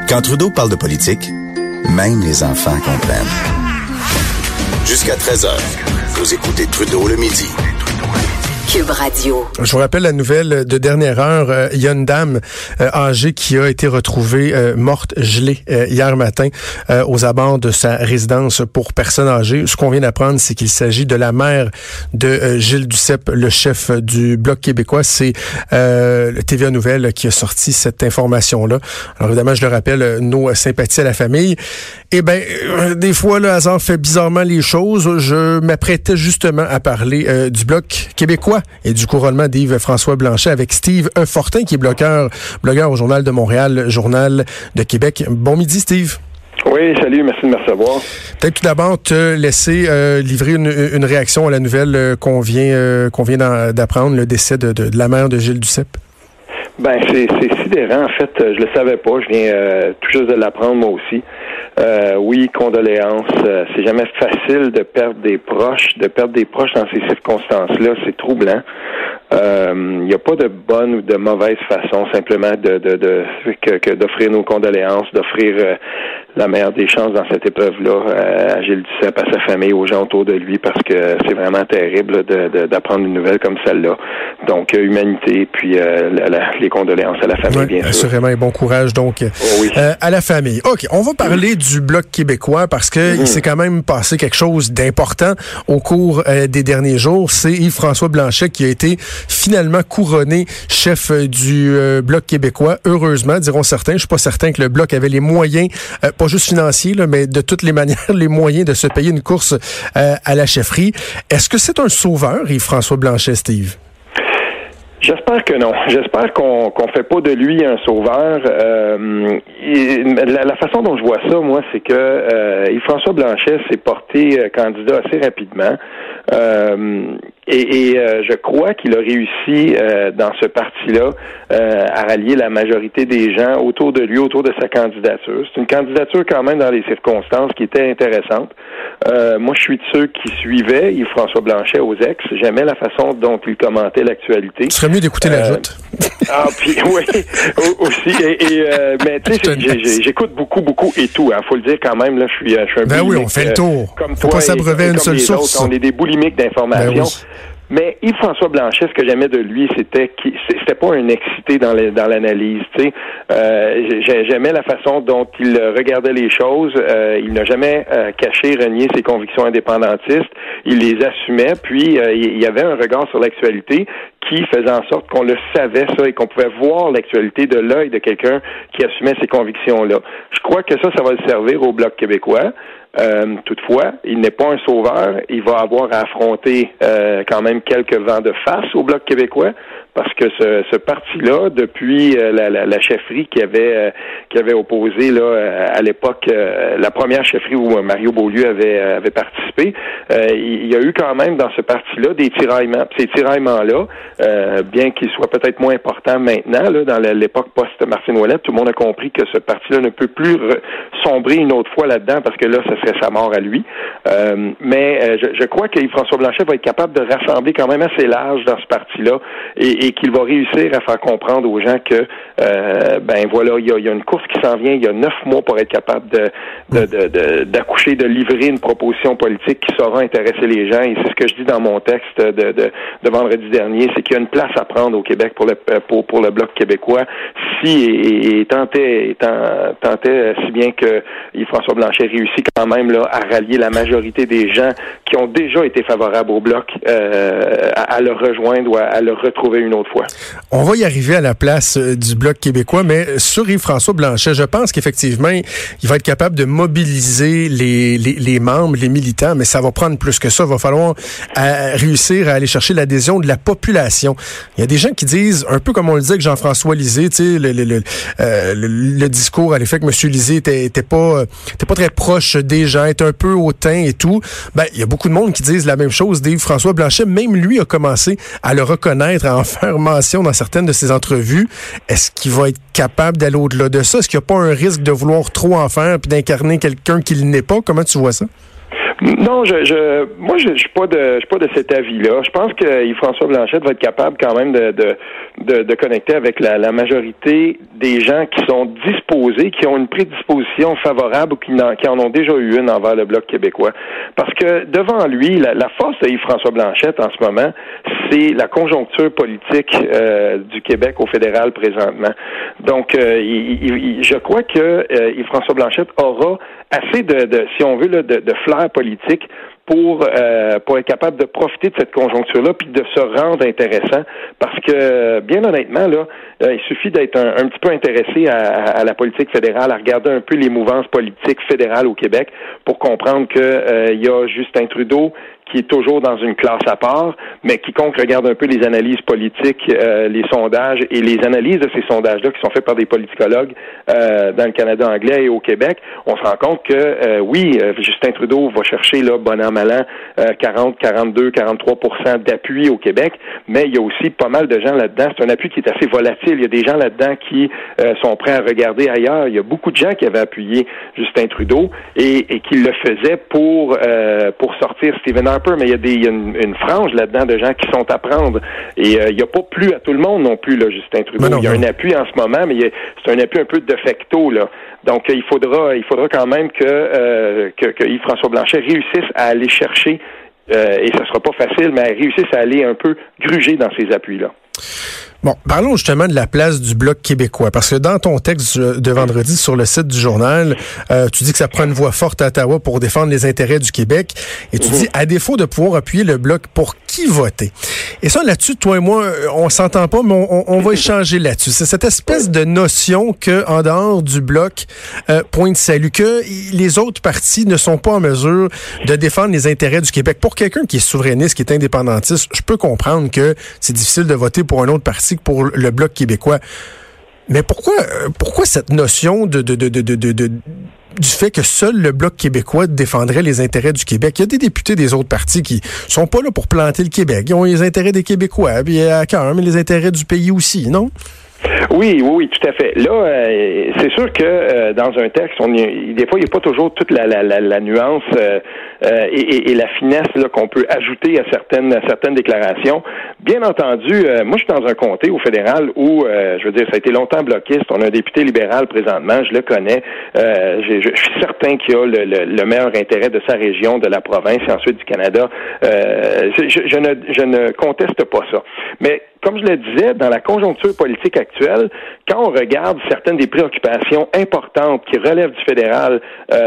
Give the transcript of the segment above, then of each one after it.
Quand Trudeau parle de politique, même les enfants comprennent. Jusqu'à 13h, vous écoutez Trudeau le midi. Cube Radio. Je vous rappelle la nouvelle de dernière heure. Il y a une dame âgée qui a été retrouvée morte, gelée hier matin aux abords de sa résidence pour personnes âgées. Ce qu'on vient d'apprendre, c'est qu'il s'agit de la mère de Gilles Duceppe, le chef du Bloc québécois. C'est le TVA Nouvelles qui a sorti cette information-là. Alors évidemment, je le rappelle, nos sympathies à la famille. Eh bien, des fois, le hasard fait bizarrement les choses. Je m'apprêtais justement à parler du Bloc québécois et du couronnement d'Yves-François Blanchet avec Steve Fortin, qui est blogueur au Journal de Montréal, Journal de Québec. Bon midi, Steve. Oui, salut, merci de me recevoir. Peut-être tout d'abord te laisser livrer une réaction à la nouvelle qu'on vient d'apprendre, le décès de la mère de Gilles Duceppe. Ben, c'est sidérant, en fait. Je le savais pas, je viens tout juste de l'apprendre, moi aussi. Oui, condoléances. C'est jamais facile de perdre des proches. Dans ces circonstances-là, c'est troublant. Il n'y a pas de bonne ou de mauvaise façon, simplement que d'offrir nos condoléances, d'offrir la meilleure des chances dans cette épreuve-là à Gilles Duceppe, à sa famille, aux gens autour de lui, parce que c'est vraiment terrible d'apprendre une nouvelle comme celle-là. Donc, humanité, puis les condoléances à la famille, bien sûr. Assurément, et bon courage, donc, oui. à la famille. OK, on va parler du Bloc québécois, parce que il s'est quand même passé quelque chose d'important au cours des derniers jours. C'est Yves-François Blanchet qui a été finalement couronné chef du Bloc québécois. Heureusement, diront certains. Je suis pas certain que le Bloc avait les moyens, pas juste financiers, là, mais de toutes les manières, les moyens de se payer une course à la chefferie. Est-ce que c'est un sauveur, Yves-François Blanchet, Steve? J'espère que non. J'espère qu'on fait pas de lui un sauveur. La façon dont je vois ça, moi, c'est que Yves-François Blanchet s'est porté candidat assez rapidement. Je crois qu'il a réussi dans ce parti-là à rallier la majorité des gens autour de lui, autour de sa candidature. C'est une candidature quand même dans les circonstances qui était intéressante. Moi, je suis de ceux qui suivaient Yves-François Blanchet aux ex. J'aimais la façon dont il commentait l'actualité. Ce serait mieux d'écouter la joute. Puis oui, aussi. Mais tu sais, j'écoute beaucoup et tout. Faut le dire quand même. Là, je suis un ben oui, on fait le tour. Comme faut toi, pas s'abreuver à une seule source. On est des boulimiques d'informations. Ben oui. Mais Yves-François Blanchet, ce que j'aimais de lui, c'était pas un excité dans l'analyse. Tu sais, j'aimais la façon dont il regardait les choses. Il n'a jamais caché, renié ses convictions indépendantistes. Il les assumait. Puis il y avait un regard sur l'actualité qui faisait en sorte qu'on le savait ça et qu'on pouvait voir l'actualité de l'œil de quelqu'un qui assumait ces convictions-là. Je crois que ça va le servir au Bloc québécois. Toutefois, il n'est pas un sauveur. Il va avoir à affronter quand même quelques vents de face au Bloc québécois, parce que ce parti-là, depuis la chefferie qui avait opposé là à l'époque la première chefferie où Mario Beaulieu avait participé, il y a eu quand même dans ce parti-là des tiraillements. Puis ces tiraillements-là, bien qu'ils soient peut-être moins importants maintenant, là, dans l'époque post-Martine Ouellette, tout le monde a compris que ce parti-là ne peut plus sombrer une autre fois là-dedans, parce que là, ce serait sa mort à lui. Mais je crois que Yves-François Blanchet va être capable de rassembler quand même assez large dans ce parti-là et qu'il va réussir à faire comprendre aux gens que il y a une course qui s'en vient, il y a 9 mois pour être capable d'accoucher, de livrer une proposition politique qui saura intéresser les gens. Et c'est ce que je dis dans mon texte de vendredi dernier, c'est qu'il y a une place à prendre au Québec pour le Bloc québécois, si tentait si bien que Yves-François Blanchet réussit quand même là à rallier la majorité des gens qui ont déjà été favorables au Bloc à le rejoindre ou à le retrouver une autre fois. On va y arriver à la place du Bloc québécois, mais sur Yves-François Blanchet, je pense qu'effectivement, il va être capable de mobiliser les membres, les militants, mais ça va prendre plus que ça. Il va falloir réussir à aller chercher l'adhésion de la population. Il y a des gens qui disent, un peu comme on le dit avec Jean-François Lisée, tu sais, le discours à l'effet que M. Lisée était pas très proche des gens, était un peu hautain et tout. Ben, il y a beaucoup de monde qui disent la même chose d'Yves-François Blanchet. Même lui a commencé à le reconnaître, à en faire mention dans certaines de ses entrevues. Est-ce qu'il va être capable d'aller au-delà de ça? Est-ce qu'il n'y a pas un risque de vouloir trop en faire puis d'incarner quelqu'un qu'il n'est pas? Comment tu vois ça? Non, moi, je suis pas de cet avis-là. Je pense que Yves-François Blanchet va être capable quand même de connecter avec la majorité des gens qui sont disposés, qui ont une prédisposition favorable ou qui en ont déjà eu une envers le Bloc québécois. Parce que devant lui, la force de Yves-François Blanchet en ce moment, c'est la conjoncture politique du Québec au fédéral présentement. Donc, je crois que Yves-François Blanchet aura assez si on veut, de flair politique pour être capable de profiter de cette conjoncture-là puis de se rendre intéressant. Parce que, bien honnêtement, là, il suffit d'être un petit peu intéressé à la politique fédérale, à regarder un peu les mouvances politiques fédérales au Québec pour comprendre que il y a Justin Trudeau qui est toujours dans une classe à part, mais quiconque regarde un peu les analyses politiques, les sondages et les analyses de ces sondages-là qui sont faits par des politicologues dans le Canada anglais et au Québec, on se rend compte que Justin Trudeau va chercher là, bon an, mal an, 40, 42, 43% d'appui au Québec, mais il y a aussi pas mal de gens là-dedans. C'est un appui qui est assez volatile. Il y a des gens là-dedans qui sont prêts à regarder ailleurs. Il y a beaucoup de gens qui avaient appuyé Justin Trudeau et qui le faisaient pour sortir Stephen Harper, mais il y a une frange là-dedans de gens qui sont à prendre. Et il n'y a pas plu à tout le monde non plus, là, Justin Trudeau. Il y a un appui en ce moment, mais c'est un appui un peu de facto, là. Donc, il faudra quand même que Yves-François Blanchet réussisse à aller chercher, et ce sera pas facile, mais réussisse à aller un peu gruger dans ces appuis-là. Bon, parlons justement de la place du Bloc québécois, parce que dans ton texte de vendredi sur le site du journal, tu dis que ça prend une voix forte à Ottawa pour défendre les intérêts du Québec, et tu dis, à défaut de pouvoir appuyer le Bloc, pour qui voter? Et ça, là-dessus, toi et moi, on s'entend pas, mais on va échanger là-dessus. C'est cette espèce de notion que, en dehors du Bloc, point de salut, que les autres partis ne sont pas en mesure de défendre les intérêts du Québec. Pour quelqu'un qui est souverainiste, qui est indépendantiste, je peux comprendre que c'est difficile de voter pour un autre parti que pour le Bloc québécois. Mais pourquoi cette notion du fait que seul le Bloc québécois défendrait les intérêts du Québec? Il y a des députés des autres partis qui sont pas là pour planter le Québec. Ils ont les intérêts des Québécois, puis à cœur, mais les intérêts du pays aussi, non? Oui, tout à fait. Là, c'est sûr que dans un texte, des fois, il n'y a pas toujours toute la nuance et la finesse là, qu'on peut ajouter à certaines déclarations. Bien entendu, moi, je suis dans un comté au fédéral où, je veux dire, ça a été longtemps bloquiste. On a un député libéral présentement, je le connais. Je suis certain qu'il a le meilleur intérêt de sa région, de la province et ensuite du Canada. Je ne conteste pas ça. Mais comme je le disais, dans la conjoncture politique actuelle, quand on regarde certaines des préoccupations importantes qui relèvent du fédéral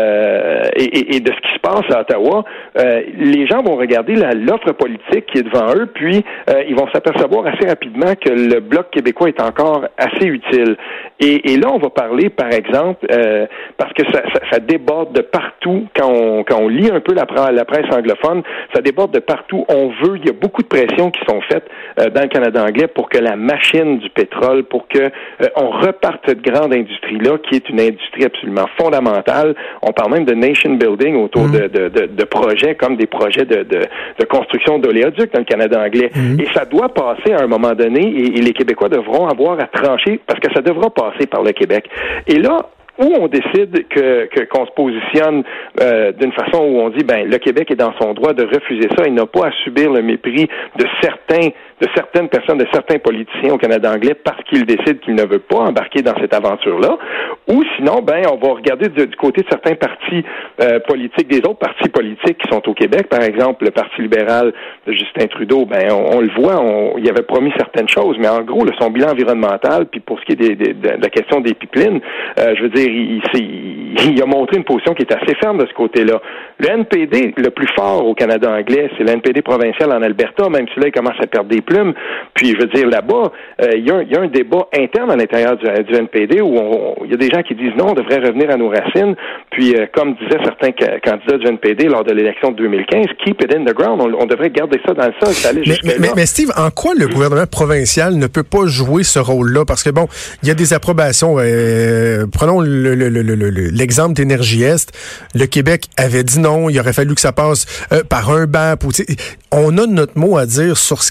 et de ce qui se passe à Ottawa, les gens vont regarder l'offre politique qui est devant eux, puis ils vont s'apercevoir assez rapidement que le Bloc québécois est encore assez utile. Et là, on va parler, par exemple, parce que ça déborde de partout, quand on lit un peu la presse anglophone, ça déborde de partout. Il y a beaucoup de pressions qui sont faites dans le Canada anglais pour que la machine du pétrole, pour que on reparte cette grande industrie-là, qui est une industrie absolument fondamentale. On parle même de nation building autour de projets comme des projets de construction d'oléoducs dans le Canada anglais. Et ça doit passer à un moment donné, et les Québécois devront avoir à trancher, parce que ça devra passer par le Québec. Et là, où on décide qu'on se positionne d'une façon où on dit le Québec est dans son droit de refuser ça, il n'a pas à subir le mépris de certaines personnes, de certains politiciens au Canada anglais parce qu'ils décident qu'ils ne veulent pas embarquer dans cette aventure-là. Ou sinon, on va regarder du côté de certains partis politiques, des autres partis politiques qui sont au Québec, par exemple le Parti libéral de Justin Trudeau, on le voit, il avait promis certaines choses, mais en gros, son bilan environnemental, puis pour ce qui est de la question des pipelines, je veux dire, il a montré une position qui est assez ferme de ce côté-là. Le NPD, le plus fort au Canada anglais, c'est le NPD provincial en Alberta, même si là, il commence à perdre des plumes. Puis, je veux dire, là-bas, il y a un débat interne à l'intérieur du NPD où il y a des gens qui disent non, on devrait revenir à nos racines. Puis, comme disaient certains candidats du NPD lors de l'élection de 2015, keep it in the ground, on devrait garder ça dans le sol, ça allait jusque-là. Mais Steve, en quoi le gouvernement provincial ne peut pas jouer ce rôle-là? Parce que il y a des approbations. Prenons l'exemple d'Énergie Est. Le Québec avait dit non, il aurait fallu que ça passe par un BAP. On a notre mot à dire sur ce qui se passe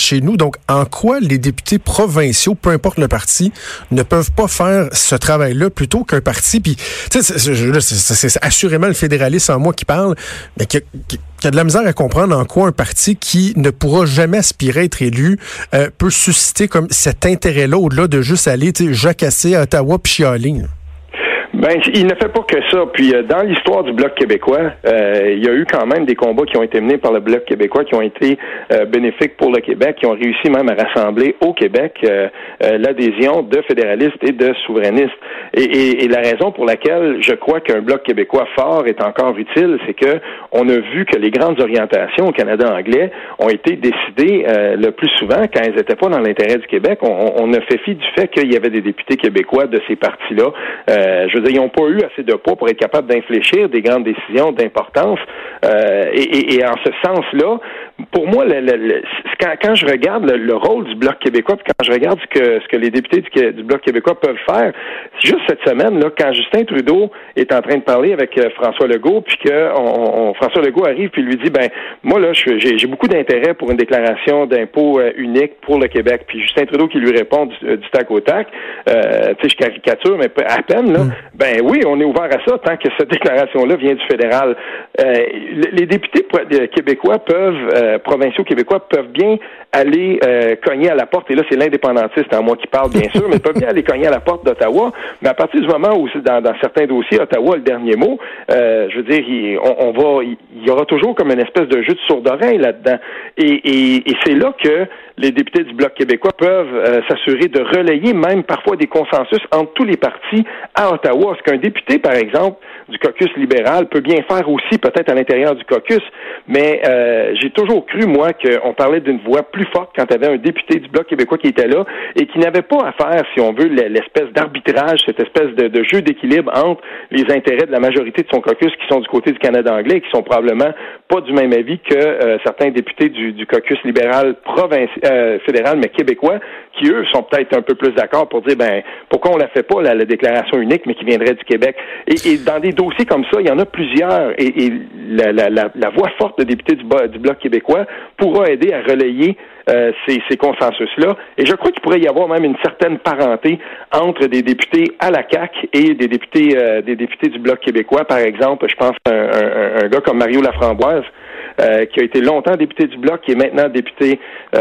chez nous. Donc, en quoi les députés provinciaux, peu importe le parti, ne peuvent pas faire ce travail-là plutôt qu'un parti? Puis, tu sais, c'est assurément le fédéraliste en moi qui parle, mais qui a de la misère à comprendre en quoi un parti qui ne pourra jamais aspirer à être élu peut susciter comme cet intérêt-là au-delà de juste aller jacasser à Ottawa puis chialer. Ben, il ne fait pas que ça. Puis, dans l'histoire du Bloc québécois, il y a eu quand même des combats qui ont été menés par le Bloc québécois qui ont été bénéfiques pour le Québec, qui ont réussi même à rassembler au Québec l'adhésion de fédéralistes et de souverainistes. Et la raison pour laquelle je crois qu'un Bloc québécois fort est encore utile, c'est que on a vu que les grandes orientations au Canada anglais ont été décidées le plus souvent quand elles n'étaient pas dans l'intérêt du Québec. On a fait fi du fait qu'il y avait des députés québécois de ces partis-là. Je veux dire, ils n'ont pas eu assez de poids pour être capables d'infléchir des grandes décisions d'importance. Et en ce sens-là, pour moi, quand je regarde le rôle du Bloc québécois, puis quand je regarde ce que les députés du Bloc québécois peuvent faire, juste cette semaine, là, quand Justin Trudeau est en train de parler avec François Legault, puis que François Legault arrive puis lui dit, ben moi là, j'ai beaucoup d'intérêt pour une déclaration d'impôt unique pour le Québec. Puis Justin Trudeau qui lui répond du tac au tac, tu sais, je caricature, mais à peine là. Ben oui, on est ouvert à ça tant que cette déclaration-là vient du fédéral. Les députés québécois provinciaux québécois peuvent bien aller cogner à la porte, et là c'est l'indépendantiste en moi qui parle bien sûr, mais peuvent bien aller cogner à la porte d'Ottawa, mais à partir du moment où dans certains dossiers, Ottawa a le dernier mot, je veux dire, il y aura toujours comme une espèce de jeu de sourde-oreille là-dedans. Et c'est là que les députés du Bloc québécois peuvent s'assurer de relayer même parfois des consensus entre tous les partis à Ottawa. Ce qu'un député, par exemple, du caucus libéral peut bien faire aussi peut-être à l'intérieur du caucus, mais j'ai toujours cru, moi, qu'on parlait d'une voix plus forte quand il y avait un député du Bloc québécois qui était là et qui n'avait pas à faire, si on veut, l'espèce d'arbitrage, cette espèce de jeu d'équilibre entre les intérêts de la majorité de son caucus qui sont du côté du Canada anglais et qui sont probablement pas du même avis que certains députés du caucus libéral fédéral, mais québécois, qui, eux, sont peut-être un peu plus d'accord pour dire, ben, pourquoi on la fait pas, la déclaration unique, mais qui viendrait du Québec. Et dans des dossiers comme ça, il y en a plusieurs, et la voix forte de députés du Bloc québécois pourra aider à relayer ces consensus-là. Et je crois qu'il pourrait y avoir même une certaine parenté entre des députés à la CAQ et des députés du Bloc québécois. Par exemple, je pense à un gars comme Mario Laframboise, qui a été longtemps député du Bloc, qui est maintenant député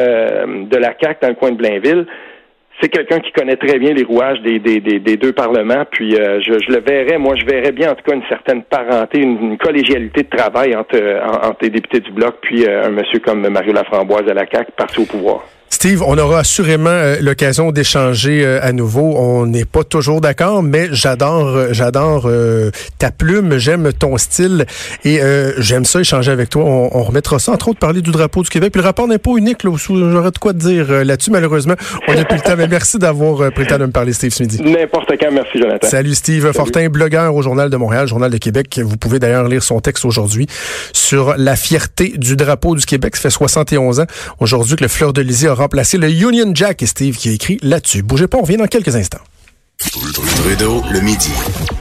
de la CAQ dans le coin de Blainville. C'est quelqu'un qui connaît très bien les rouages des deux parlements, puis je le verrais, moi je verrais bien en tout cas une certaine parenté, une collégialité de travail entre les députés du Bloc puis un monsieur comme Mario Laframboise à la CAQ, parti au pouvoir. Steve, on aura assurément l'occasion d'échanger à nouveau. On n'est pas toujours d'accord, mais j'adore ta plume, j'aime ton style et j'aime ça échanger avec toi. On remettra ça, entre autres, parler du drapeau du Québec. Puis le rapport d'impôt unique, là, j'aurais de quoi te dire là-dessus. Malheureusement, on n'a plus le temps. Mais merci d'avoir pris le temps de me parler, Steve, ce midi. N'importe quand, merci Jonathan. Salut Steve Fortin, blogueur au Journal de Montréal, Journal de Québec. Vous pouvez d'ailleurs lire son texte aujourd'hui sur la fierté du drapeau du Québec. Ça fait 71 ans aujourd'hui que le fleur-de-lys a remplacé le Union Jack, et Steve qui a écrit là-dessus. Bougez pas, on revient dans quelques instants. Trudeau, le midi.